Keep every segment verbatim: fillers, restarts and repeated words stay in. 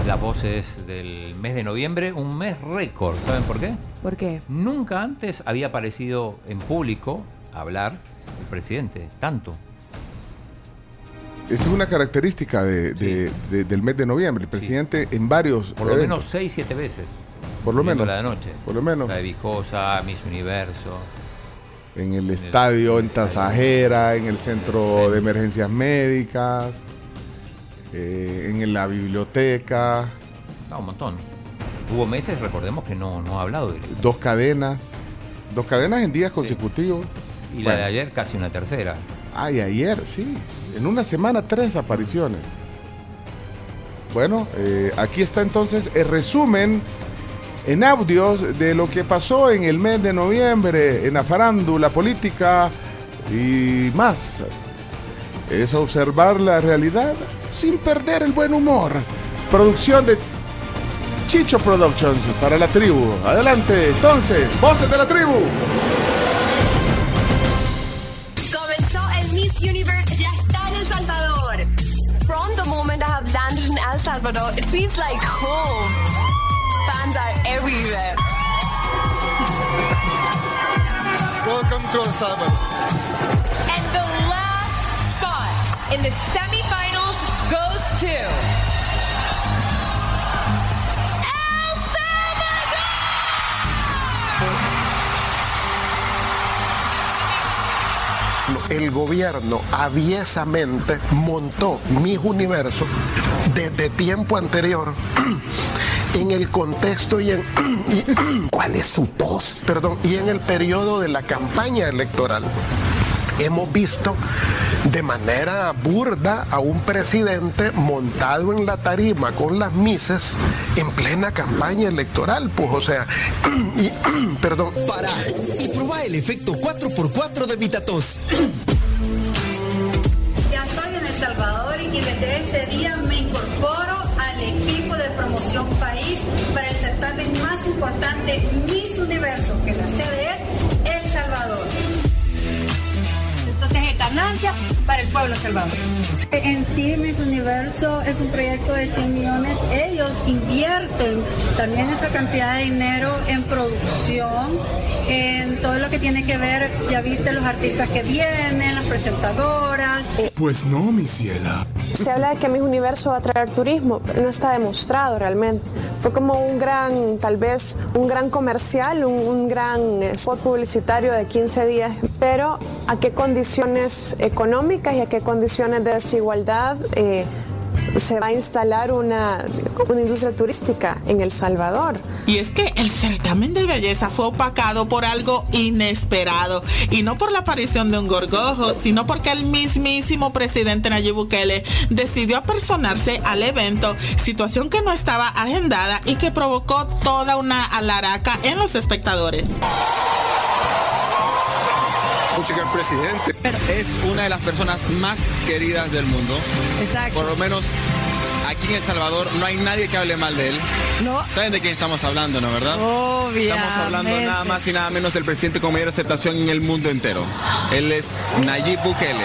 las voces del mes de noviembre, un mes récord. ¿Saben por qué? ¿Por qué? Nunca antes había aparecido en público a hablar el presidente, tanto. Esa es una característica de, de, sí. de, del mes de noviembre. El presidente sí. en varios Por lo eventos. menos seis, siete veces. Por lo menos. La de noche. Por lo menos. La de Vijosa, Miss Universo. En el en estadio, el, en Tasajera, en el centro sí. de emergencias médicas, eh, en la biblioteca. No, un montón. Hubo meses, recordemos, que no, no ha hablado directo. Dos cadenas. Dos cadenas en días consecutivos. Sí. Y bueno. la de ayer casi una tercera. Ay, ayer, sí. En una semana, tres apariciones. Bueno, eh, aquí está entonces el resumen en audios de lo que pasó en el mes de noviembre en la farándula política y más. Es observar la realidad sin perder el buen humor. Producción de Chicho Productions para la tribu. Adelante, entonces, voces de la tribu. Comenzó el Miss Universe, ya está en El Salvador. From the moment I have landed in El Salvador, it feels like home. Fans are everywhere. Welcome to El Salvador. And the last spot in the semifinals goes to El Salvador! El gobierno aviesamente montó Miss Universo desde tiempo anterior en el contexto y en y, ¿cuál es su tos? Perdón, y en el periodo de la campaña electoral. Hemos visto de manera burda a un presidente montado en la tarima con las mises en plena campaña electoral, pues, o sea, y, perdón. Pará y probá el efecto cuatro por cuatro de Vitatos. Ya estoy en El Salvador y desde este día me incorporo al equipo de promoción país para el certamen más importante Miss Universo, que la sede es El Salvador. Entonces es ganancia para el pueblo salvadoreño. En sí, Miss Universo es un proyecto de cien millones. Ellos invierten también esa cantidad de dinero en producción, en todo lo que tiene que ver, ya viste los artistas que vienen, las presentadoras. Pues no, mi ciela. Se habla de que Miss Universo va a traer turismo, pero no está demostrado realmente. Fue como un gran, tal vez, un gran comercial, un, un gran spot publicitario de quince días. Pero ¿a qué condiciones económicas y a qué condiciones de desigualdad eh, se va a instalar una, una industria turística en El Salvador? Y es que el certamen de belleza fue opacado por algo inesperado, y no por la aparición de un gorgojo, sino porque el mismísimo presidente Nayib Bukele decidió apersonarse al evento, situación que no estaba agendada y que provocó toda una alaraca en los espectadores. Que el presidente es una de las personas más queridas del mundo. Exacto. Por lo menos aquí en El Salvador no hay nadie que hable mal de él. No. ¿Saben de quién estamos hablando, no, verdad? Obviamente. Estamos hablando nada más y nada menos del presidente con mayor aceptación en el mundo entero. Él es Nayib Bukele.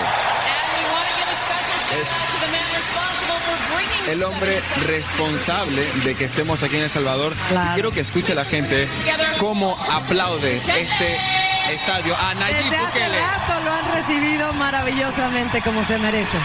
Es el hombre responsable de que estemos aquí en El Salvador. Claro. Y quiero que escuche la gente cómo aplaude este estadio a Nayib Desde Bukele. Hace rato lo han recibido maravillosamente como se merece.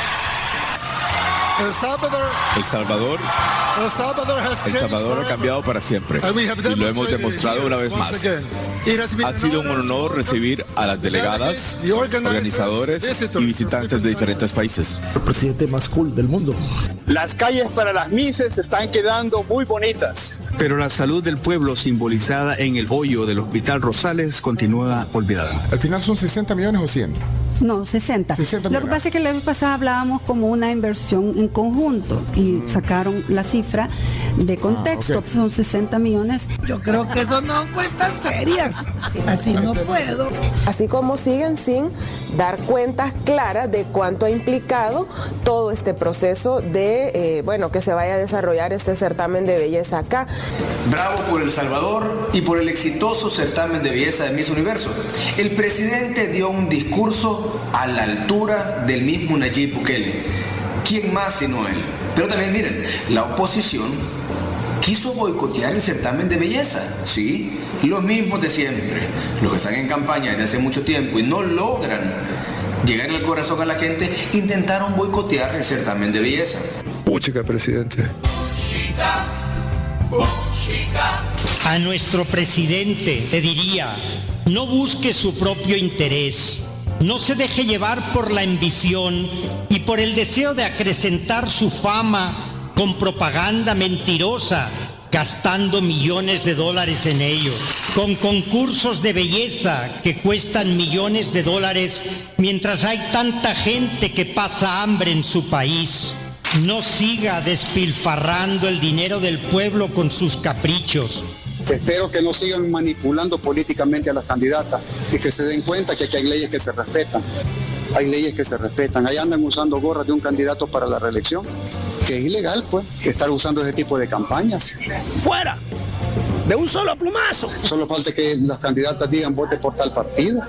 El Salvador, El Salvador, El Salvador, has El Salvador ha cambiado para siempre y lo hemos demostrado una vez más. Ha sido un honor recibir a las delegadas, organizadores y visitantes de diferentes países. El presidente más cool del mundo. Las calles para las mises están quedando muy bonitas. Pero la salud del pueblo simbolizada en el hoyo del Hospital Rosales continúa olvidada. ¿Al final son sesenta millones o cien? No, sesenta. sesenta Lo que pasa es que la vez pasada hablábamos como una inversión en conjunto y mm. sacaron la cifra de contexto. Ah, okay. Son sesenta millones. Yo creo que eso no cuentas serias. Así no puedo. Así como siguen sin dar cuentas claras de cuánto ha implicado todo este proceso de, eh, bueno, que se vaya a desarrollar este certamen de belleza acá. Bravo por El Salvador y por el exitoso certamen de belleza de Miss Universo. El presidente dio un discurso a la altura del mismo Nayib Bukele. ¿Quién más sino él? Pero también miren, la oposición quiso boicotear el certamen de belleza, ¿sí? Los mismos de siempre, los que están en campaña desde hace mucho tiempo y no logran llegar al corazón a la gente, intentaron boicotear el certamen de belleza. Puchica, presidente. A nuestro presidente le diría, no busque su propio interés, no se deje llevar por la ambición y por el deseo de acrecentar su fama con propaganda mentirosa, gastando millones de dólares en ello, con concursos de belleza que cuestan millones de dólares mientras hay tanta gente que pasa hambre en su país. No siga despilfarrando el dinero del pueblo con sus caprichos. Espero que no sigan manipulando políticamente a las candidatas y que se den cuenta que aquí hay leyes que se respetan. Hay leyes que se respetan. Ahí andan usando gorras de un candidato para la reelección, que es ilegal, pues, estar usando ese tipo de campañas. ¡Fuera! ¡De un solo plumazo! Solo falta que las candidatas digan vote por tal partido.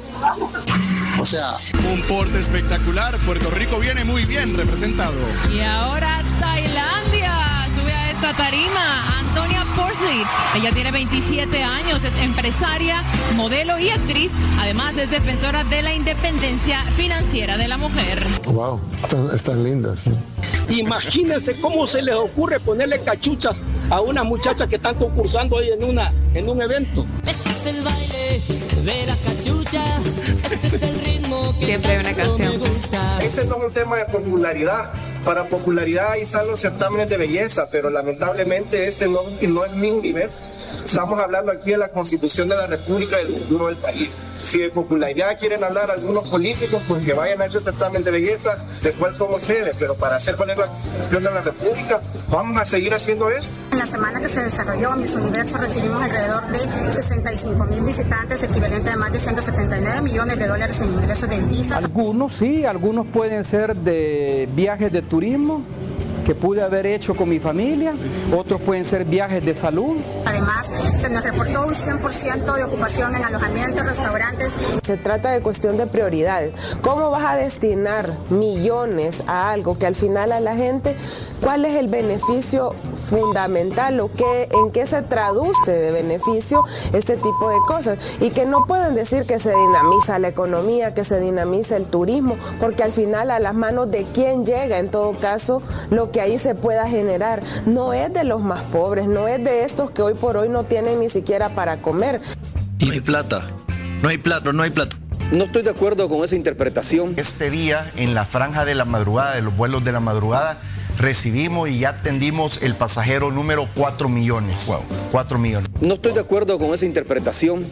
O sea... Un porte espectacular. Puerto Rico viene muy bien representado. Y ahora Tailandia sube a esta tarima. Antonia Porsley. Ella tiene veintisiete años, es empresaria, modelo y actriz. Además es defensora de la independencia financiera de la mujer. Wow, están, están lindas. Imagínense cómo se les ocurre ponerle cachuchas a unas muchachas que están concursando hoy en una en un evento. Este es el baile de la cachucha, este es el ritmo que siempre hay una canción. Ese no es un tema de popularidad. Para popularidad ahí están los certámenes de belleza, pero lamentablemente este no, no es mi universo. Estamos hablando aquí de la Constitución de la República y del futuro del país. Si de popularidad quieren hablar algunos políticos, pues que vayan a ese certamen de belleza, del cual somos sede, pero para hacer cuál es la Constitución de la República, vamos a seguir haciendo eso. En la semana que se desarrolló Miss Universo recibimos alrededor de sesenta y cinco mil visitantes, equivalente a más de ciento setenta y nueve millones de dólares en ingresos de divisas. Algunos sí, algunos pueden ser de viajes de turismo que pude haber hecho con mi familia, otros pueden ser viajes de salud. Además, se nos reportó un cien por ciento de ocupación en alojamientos, restaurantes. Se trata de cuestión de prioridades. ¿Cómo vas a destinar millones a algo que al final a la gente, cuál es el beneficio fundamental o qué, en qué se traduce de beneficio este tipo de cosas? Y que no pueden decir que se dinamiza la economía, que se dinamiza el turismo, porque al final a las manos de quién llega en todo caso lo que ahí se pueda generar. No es de los más pobres, no es de estos que hoy por hoy no tienen ni siquiera para comer. No hay plata, no hay plata, no hay plata. No estoy de acuerdo con esa interpretación. Este día, en la franja de la madrugada, de los vuelos de la madrugada, recibimos y ya atendimos el pasajero número cuatro millones. Wow. cuatro millones. No estoy de acuerdo con esa interpretación.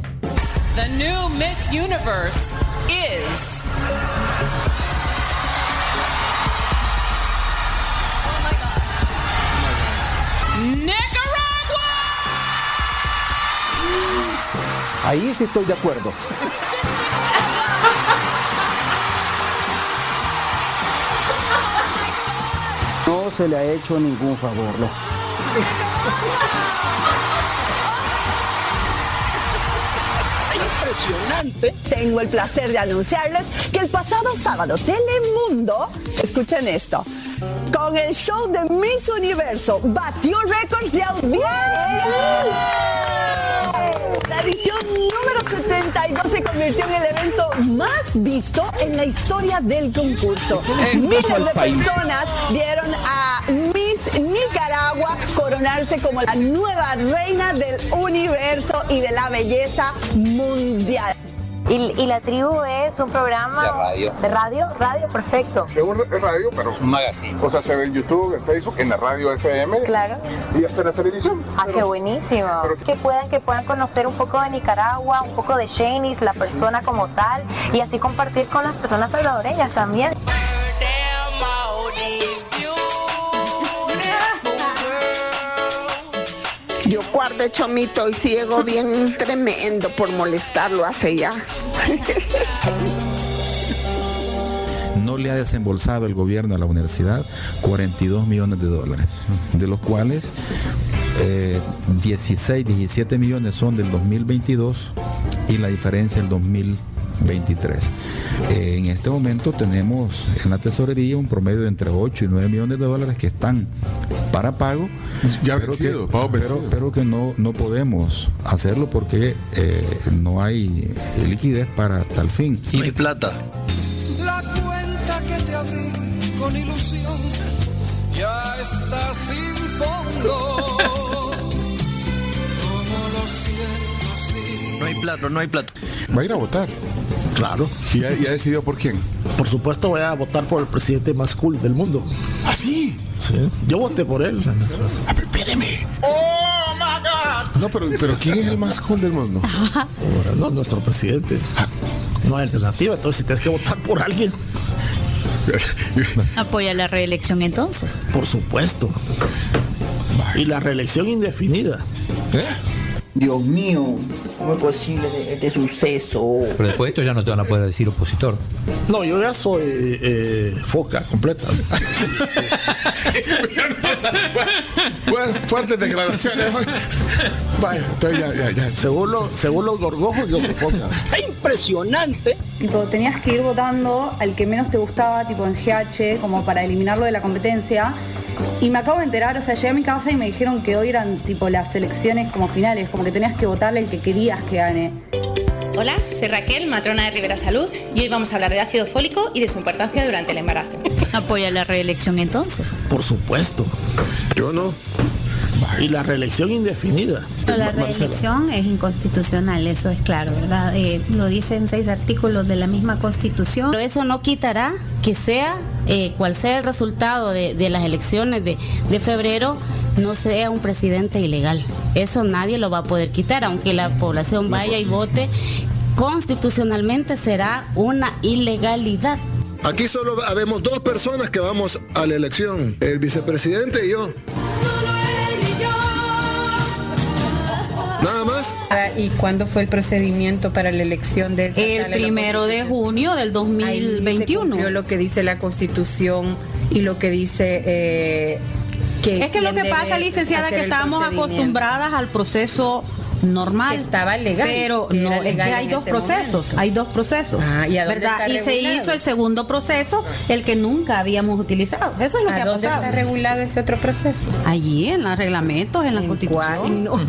The new Miss Universe is... Nicaragua. Ahí sí estoy de acuerdo. No se le ha hecho ningún favor. ¿No? Impresionante. Tengo el placer de anunciarles que el pasado sábado Telemundo, escuchen esto, con el show de Miss Universo batió récords de audiencia. La edición número setenta y dos se convirtió en el evento más visto en la historia del concurso. Miles de personas vieron a Miss Nicaragua coronarse como la nueva reina del universo y de la belleza mundial. Y, y La Tribu es un programa de radio. ¿De radio? Radio, perfecto. Es un es radio, pero es un magazine. O sea, se ve en YouTube, en Facebook, en la radio F M. Claro. Y hasta en la televisión. Ah, pero, qué buenísimo. Pero, que puedan que puedan conocer un poco de Nicaragua, un poco de Shanice, la persona como tal, y así compartir con las personas salvadoreñas también. Dio cuarto chomito y ciego bien tremendo por molestarlo hace ya. No le ha desembolsado el gobierno a la universidad cuarenta y dos millones de dólares, de los cuales eh, dieciséis, diecisiete millones son del dos mil veintidós y la diferencia el dos mil veintitrés. Eh, en este momento tenemos en la tesorería un promedio de entre ocho y nueve millones de dólares que están para pago, ya pero, vencido, que, pago pero, vencido. pero que no, no podemos hacerlo porque eh, no hay liquidez para tal fin. No hay plata. La cuenta que te abrí con ilusión ya está sin fondo. Como los cielos sin... No hay plata, no hay plata. Va a ir a votar. Claro. ¿Y ya, ya decidió por quién? Por supuesto voy a votar por el presidente más cool del mundo. ¿Ah, sí? Sí, yo voté por él. Ah, pero espéreme. ¡Oh, my God! No, pero, pero ¿quién es el más cool del mundo? No, nuestro presidente. No hay alternativa, entonces si tienes que votar por alguien. ¿Apoya la reelección entonces? Por supuesto. Y la reelección indefinida. ¿Eh? Dios mío, ¿cómo es posible este suceso? Pero después de esto ya no te van a poder decir opositor. No, yo ya soy eh, foca completa. Bueno, fuertes declaraciones. Vaya, entonces ya, ya, ya. Según, lo, según los gorgojos, yo soy foca. ¡Es impresionante! Tipo, tenías que ir votando al que menos te gustaba, tipo en G H, como para eliminarlo de la competencia. Y me acabo de enterar, o sea, llegué a mi casa y me dijeron que hoy eran tipo las elecciones como finales, como que tenías que votarle el que querías que gane. Hola, soy Raquel, matrona de Rivera Salud, y hoy vamos a hablar de ácido fólico y de su importancia durante el embarazo. ¿Apoya la reelección entonces? Por supuesto. Yo no. Y la reelección indefinida. La reelección es inconstitucional, eso es claro, ¿verdad? Eh, lo dicen seis artículos de la misma Constitución. Pero eso no quitará que sea, eh, cual sea el resultado de, de las elecciones de, de febrero, no sea un presidente ilegal. Eso nadie lo va a poder quitar, aunque la población vaya y vote, constitucionalmente será una ilegalidad. Aquí solo habemos dos personas que vamos a la elección, el vicepresidente y yo. Nada más. ¿Y cuándo fue el procedimiento para la elección de esa El sala primero de junio del dos mil veintiuno. Ahí se lo que dice la Constitución y lo que dice eh, que es que lo que pasa, licenciada, que estábamos acostumbradas al proceso normal, que estaba legal, pero que no, es que hay dos procesos, momento. hay dos procesos, ah, ¿y, ¿verdad? Y se hizo el segundo proceso, el que nunca habíamos utilizado. Eso es lo ¿A que ha dónde pasado. está regulado ese otro proceso? Allí en los reglamentos, en la Constitución. No.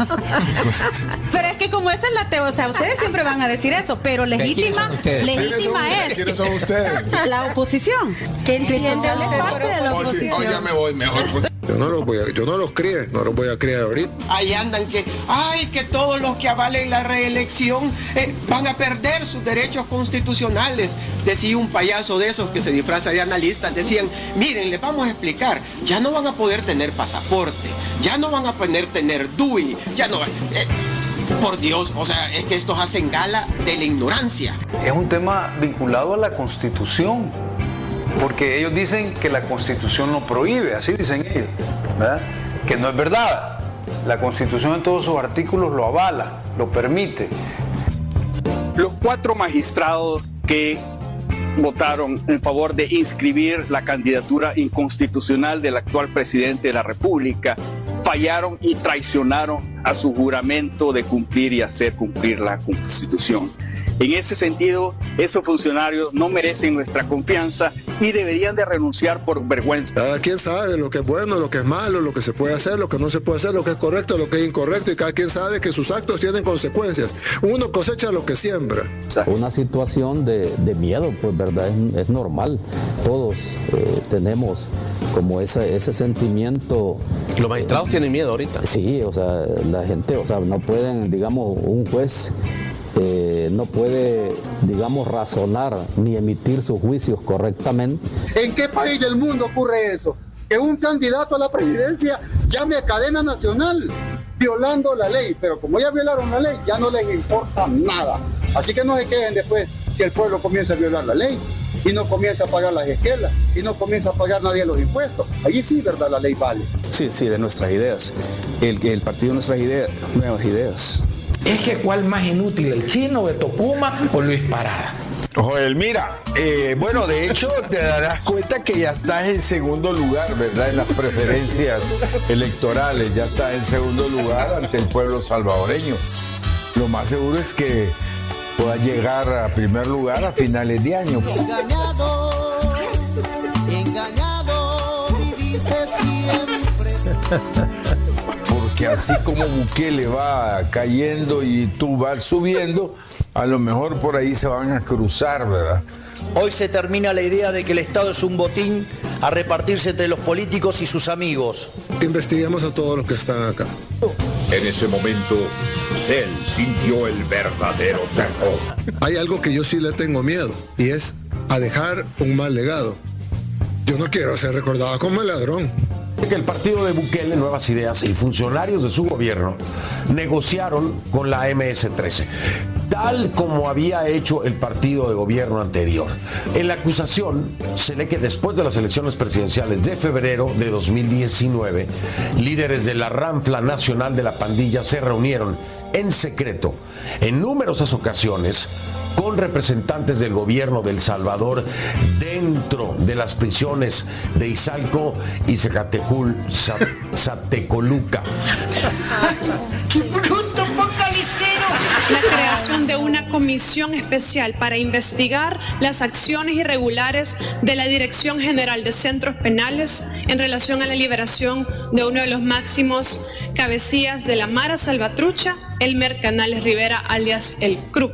Pero es que como esa es la teoría, o sea, ustedes siempre van a decir eso, pero legítima, legítima es. ¿Quiénes son ustedes? La oposición. ¿Qué entiende parte de la oposición? Oh, ya me voy mejor. Yo no los voy a, yo no los crié, no los voy a criar ahorita. Ahí andan que, ay, que todos los que avalen la reelección eh, van a perder sus derechos constitucionales. Decía un payaso de esos que se disfraza de analistas, decían, miren, les vamos a explicar, ya no van a poder tener pasaporte, ya no van a poder tener D U I, ya no van... Eh, por Dios, o sea, es que estos hacen gala de la ignorancia. Es un tema vinculado a la Constitución. Porque ellos dicen que la Constitución lo prohíbe, así dicen ellos, ¿verdad? Que no es verdad. La Constitución en todos sus artículos lo avala, lo permite. Los cuatro magistrados que votaron en favor de inscribir la candidatura inconstitucional del actual presidente de la República fallaron y traicionaron a su juramento de cumplir y hacer cumplir la Constitución. En ese sentido, esos funcionarios no merecen nuestra confianza y deberían de renunciar por vergüenza. Cada quien sabe lo que es bueno, lo que es malo, lo que se puede hacer, lo que no se puede hacer, lo que es correcto, lo que es incorrecto, y cada quien sabe que sus actos tienen consecuencias. Uno cosecha lo que siembra. Una situación de, de miedo, pues verdad, es, es normal. Todos eh, tenemos como ese, ese sentimiento. Los magistrados tienen miedo ahorita. Sí, o sea, la gente, o sea, no pueden, digamos, un juez Eh, no puede, digamos, razonar ni emitir sus juicios correctamente. ¿En qué país del mundo ocurre eso? Que un candidato a la presidencia llame a cadena nacional violando la ley, pero como ya violaron la ley, ya no les importa nada. Así que no se queden después si el pueblo comienza a violar la ley y no comienza a pagar las esquelas y no comienza a pagar nadie los impuestos. Allí sí, ¿verdad? La ley vale. Sí, sí, de nuestras ideas. El, el partido de nuestras ideas, nuevas ideas. Es que cuál más inútil, el Chino, Beto Puma o Luis Parada. Joel, mira, eh, bueno, de hecho te darás cuenta que ya estás en segundo lugar, ¿verdad? En las preferencias electorales, ya estás en segundo lugar ante el pueblo salvadoreño. Lo más seguro es que pueda llegar a primer lugar a finales de año. Engañado, engañado, viviste siempre. Porque así como Bukele va cayendo y tú vas subiendo, a lo mejor por ahí se van a cruzar, ¿verdad? Hoy se termina la idea de que el Estado es un botín a repartirse entre los políticos y sus amigos. Investiguemos a todos los que están acá. En ese momento, Cell sintió el verdadero terror. Hay algo que yo sí le tengo miedo, y es a dejar un mal legado. Yo no quiero ser recordado como el ladrón. Que el partido de Bukele, Nuevas Ideas y funcionarios de su gobierno negociaron con la eme ese trece, tal como había hecho el partido de gobierno anterior. En la acusación se lee que después de las elecciones presidenciales de febrero de dos mil diecinueve, líderes de la ranfla nacional de la pandilla se reunieron en secreto en numerosas ocasiones con representantes del gobierno de El Salvador dentro de las prisiones de Izalco y Zacatecul, Zatecoluca. ¡Qué bruto, focalicero! La creación de una comisión especial para investigar las acciones irregulares de la Dirección General de Centros Penales en relación a la liberación de uno de los máximos cabecillas de la Mara Salvatrucha, Elmer Canales Rivera, alias El Crook.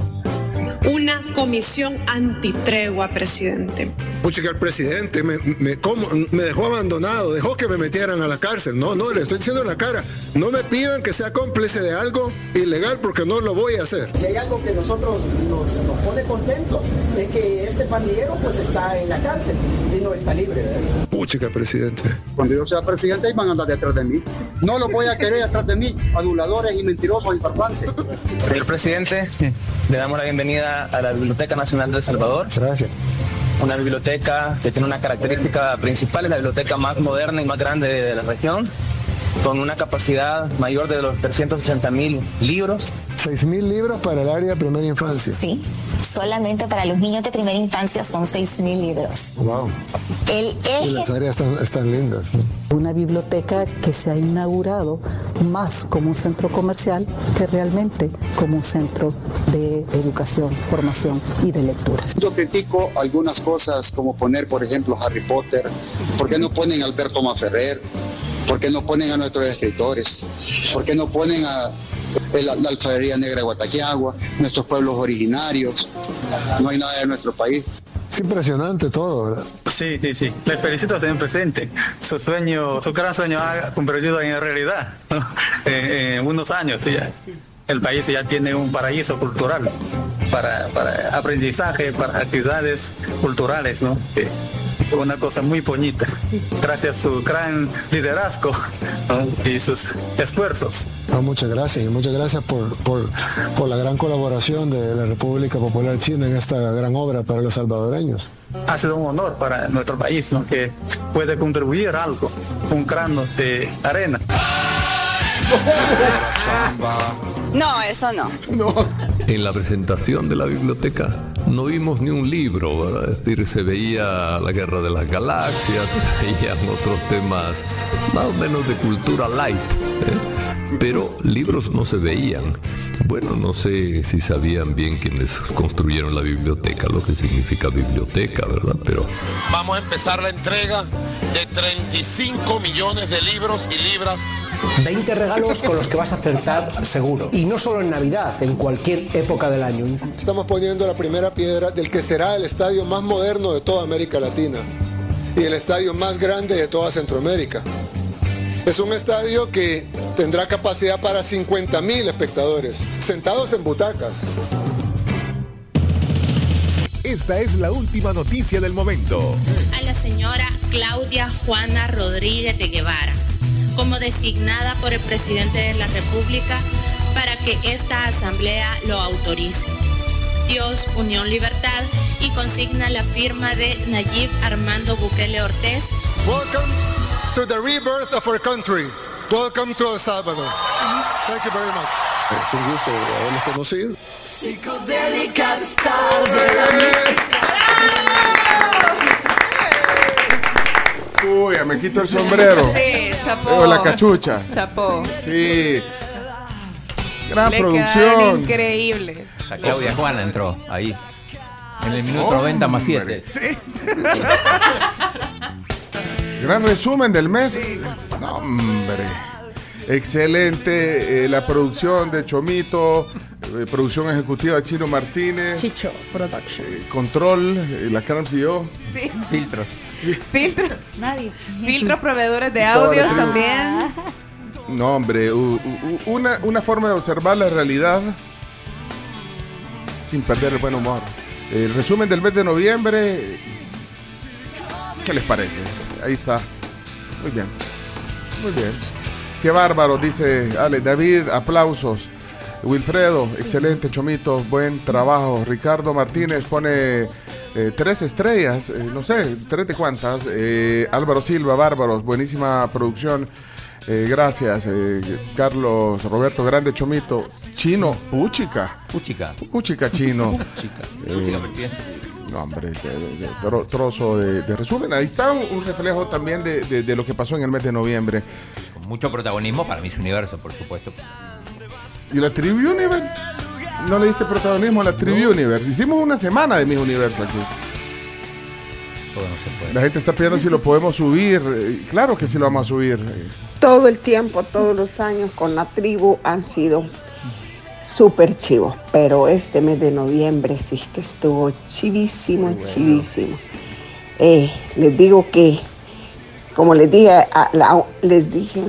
Una comisión antitregua, presidente. Pucha, que el presidente me, me, ¿cómo? me dejó abandonado, dejó que me metieran a la cárcel. No, no, le estoy diciendo en la cara. No me pidan que sea cómplice de algo ilegal porque no lo voy a hacer. Si hay algo que nosotros nos, nos pone contentos es que este pandillero pues está en la cárcel y no está libre, ¿verdad? Pucha, que presidente. Cuando yo sea presidente, van a andar detrás de mí. No lo voy a querer detrás de mí, aduladores y mentirosos y farsantes. Señor presidente, le damos la bienvenida a la Biblioteca Nacional de El Salvador. Gracias. Una biblioteca que tiene una característica principal, es la biblioteca más moderna y más grande de la región, con una capacidad mayor de los trescientos sesenta mil libros. seis mil libros para el área de primera infancia. Sí, solamente para los niños de primera infancia son seis mil libros. Wow. El eje... Y las áreas están, están lindas, ¿no? Una biblioteca que se ha inaugurado más como un centro comercial que realmente como un centro de educación, formación y de lectura. Yo critico algunas cosas como poner, por ejemplo, Harry Potter. ¿Por qué no ponen a Alberto Maferrer? ¿Por qué no ponen a nuestros escritores? ¿Por qué no ponen a la, la alfarería negra de Guataquiagua, nuestros pueblos originarios? No hay nada de nuestro país. Es impresionante todo, ¿verdad? Sí, sí, sí. Les felicito a tener presente. Su sueño, su gran sueño ha convertido en realidad, ¿no? en, en unos años. ¿sí? El país ya tiene un paraíso cultural para, para aprendizaje, para actividades culturales, ¿no? Sí. Una cosa muy bonita, gracias a su gran liderazgo, ¿no? y sus esfuerzos. No, muchas gracias, y muchas gracias por, por, por la gran colaboración de la República Popular China en esta gran obra para los salvadoreños. Ha sido un honor para nuestro país, ¿no? que puede contribuir algo, un grano de arena. No, eso no. No. En la presentación de la biblioteca no vimos ni un libro, ¿verdad? Es decir, se veía la Guerra de las Galaxias, veían otros temas más o menos de cultura light, ¿eh? Pero libros no se veían. Bueno, no sé si sabían bien quienes construyeron la biblioteca, lo que significa biblioteca, ¿verdad? Pero vamos a empezar la entrega de treinta y cinco millones de libros y libras. veinte regalos con los que vas a acertar seguro. Y no solo en Navidad, en cualquier época del año. Estamos poniendo la primera piedra del que será el estadio más moderno de toda América Latina y el estadio más grande de toda Centroamérica. Es un estadio que tendrá capacidad para cincuenta mil espectadores, sentados en butacas. Esta es la última noticia del momento. A la señora Claudia Juana Rodríguez de Guevara, como designada por el presidente de la República para que esta asamblea lo autorice. Dios, Unión, Libertad, y consigna la firma de Nayib Armando Bukele Ortiz. Welcome to the rebirth of our country. Welcome to El Salvador. Thank you very much. Es un gusto haberlos conocido. Psicodélicas stars de la música. Uy, me quito el sombrero. Sí, chapó. O la cachucha. Chapó. Sí. Gran Le producción. Increíble. La Claudia Juana entró ahí. En el minuto noventa más siete. Sí. Gran resumen del mes. No, hombre. Excelente. Eh, la producción de Chomito. Eh, producción ejecutiva de Chino Martínez. Chicho Productions. Eh, control. Eh, la Carmen siguió. Sí. Filtros. Filtros. Nadie. Filtros, proveedores de Toda la audios tribu. también. No, hombre. u- u- una, una forma de observar la realidad sin perder el buen humor. El resumen del mes de noviembre. ¿Qué les parece? Ahí está. Muy bien. Muy bien. Qué bárbaro, dice Ale. David, aplausos. Wilfredo, excelente, Chomito, buen trabajo. Ricardo Martínez pone eh, tres estrellas, eh, no sé, tres de cuántas. Eh, Álvaro Silva, bárbaros, buenísima producción. Eh, gracias. Eh, Carlos Roberto, grande, Chomito. Chino, puchica. Puchica. Puchica, Chino. Puchica. Eh, Puchica, presidente. No, hombre, de, de- de tro- trozo de, de resumen. Ahí está un, un reflejo también de, de- de lo que pasó en el mes de noviembre. Con mucho protagonismo para Miss Universo, por supuesto. ¿Y la Tribu Universe? ¿No le diste protagonismo a la Tribu Universe? Hicimos una semana de Miss Universo aquí. Todo no se puede. La gente está pidiendo si lo podemos subir. Eh, Claro que sí lo vamos a subir. Eh, Todo el tiempo, todos los años con la tribu han sido súper chivos, pero este mes de noviembre sí que estuvo chivísimo, chivísimo. Eh, les digo que, como les dije, a la- les dije,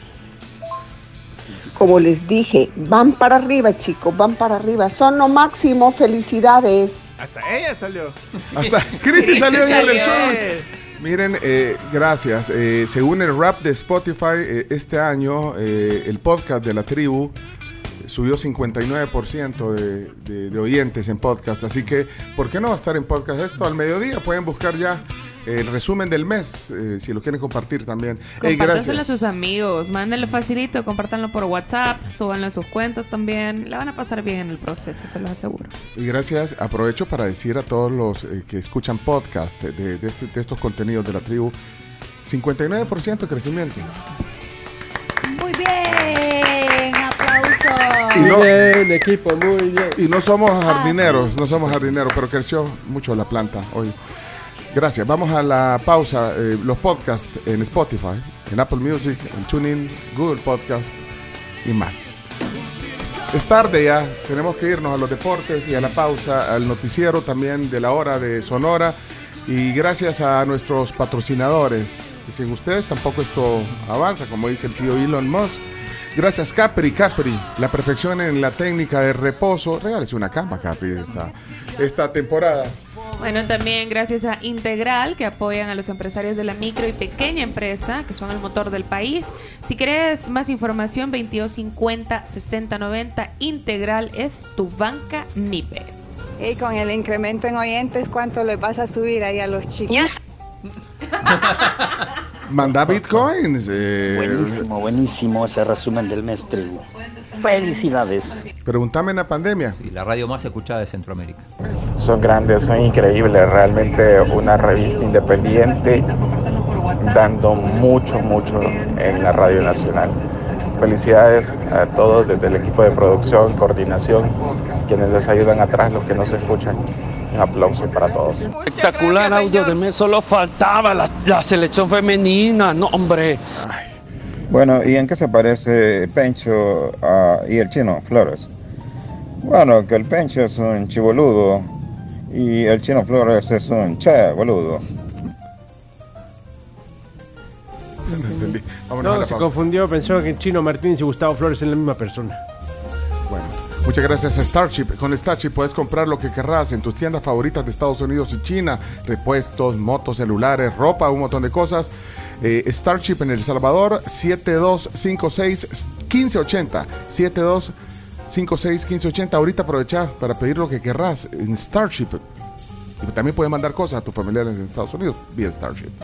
como les dije, van para arriba, chicos, van para arriba, son lo máximo, felicidades. Hasta ella salió. Hasta Cristi salió en el salió. resumen. Miren, eh, gracias. Eh, según el rap de Spotify, eh, este año eh, el podcast de la tribu eh, subió cincuenta y nueve por ciento de, de- de oyentes en podcast. Así que, ¿por qué no va a estar en podcast esto al mediodía? Pueden buscar ya el resumen del mes, eh, si lo quieren compartir también. Ey, Compártanselo a gracias. sus amigos, mándenlo facilito, compártanlo por WhatsApp, súbanlo en sus cuentas también. La van a pasar bien en el proceso, se los aseguro. Y gracias, aprovecho para decir a todos los eh, que escuchan podcast de, de este- de estos contenidos de la tribu, cincuenta y nueve por ciento de crecimiento. Muy bien, aplausos. Y no, Muy bien, equipo, muy bien. y no somos jardineros, no somos jardineros, pero creció mucho la planta hoy. Gracias. Vamos a la pausa. Eh, los podcasts en Spotify, en Apple Music, en TuneIn, Google Podcast y más. Es tarde ya, tenemos que irnos a los deportes y a la pausa, al noticiero también de la hora de Sonora. Y gracias a nuestros patrocinadores, que sin ustedes tampoco esto avanza, como dice el tío Elon Musk. Gracias Capri, Capri, la perfección en la técnica de reposo. Regálese una cama, Capri, esta, esta temporada. Bueno, también gracias a Integral, que apoyan a los empresarios de la micro y pequeña empresa, que son el motor del país. Si querés más información, veintidós cincuenta, sesenta noventa, Integral es tu banca M I P E. Y con el incremento en oyentes, ¿cuánto les vas a subir ahí a los chicos? Manda bitcoins. eh, Buenísimo, buenísimo ese resumen del mes, tribu. Felicidades. Pregúntame en la pandemia. Y la radio más escuchada de Centroamérica. Son grandes, son increíbles, realmente una revista independiente dando mucho, mucho en la Radio Nacional. Felicidades a todos desde el equipo de producción, coordinación, quienes les ayudan atrás, los que no se escuchan. Un aplauso para todos. Espectacular audio de mes, solo faltaba la, la selección femenina, no hombre. Bueno, ¿y en qué se parece Pencho a- y el Chino Flores? Bueno, que el Pencho es un chiboludo y el Chino Flores es un che boludo. No entendí. Vámonos a No, la se pausa. confundió, pensó que Chino Martínez y Gustavo Flores son la misma persona. Bueno, muchas gracias a Starship. Con Starship puedes comprar lo que querrás en tus tiendas favoritas de Estados Unidos y China. Repuestos, motos, celulares, ropa, un montón de cosas. Eh, Starship en El Salvador, siete dos cinco seis, uno cinco ocho cero. siete dos cinco seis, uno cinco ocho cero. Ahorita aprovecha para pedir lo que querrás en Starship. Y también puedes mandar cosas a tus familiares en Estados Unidos vía Starship.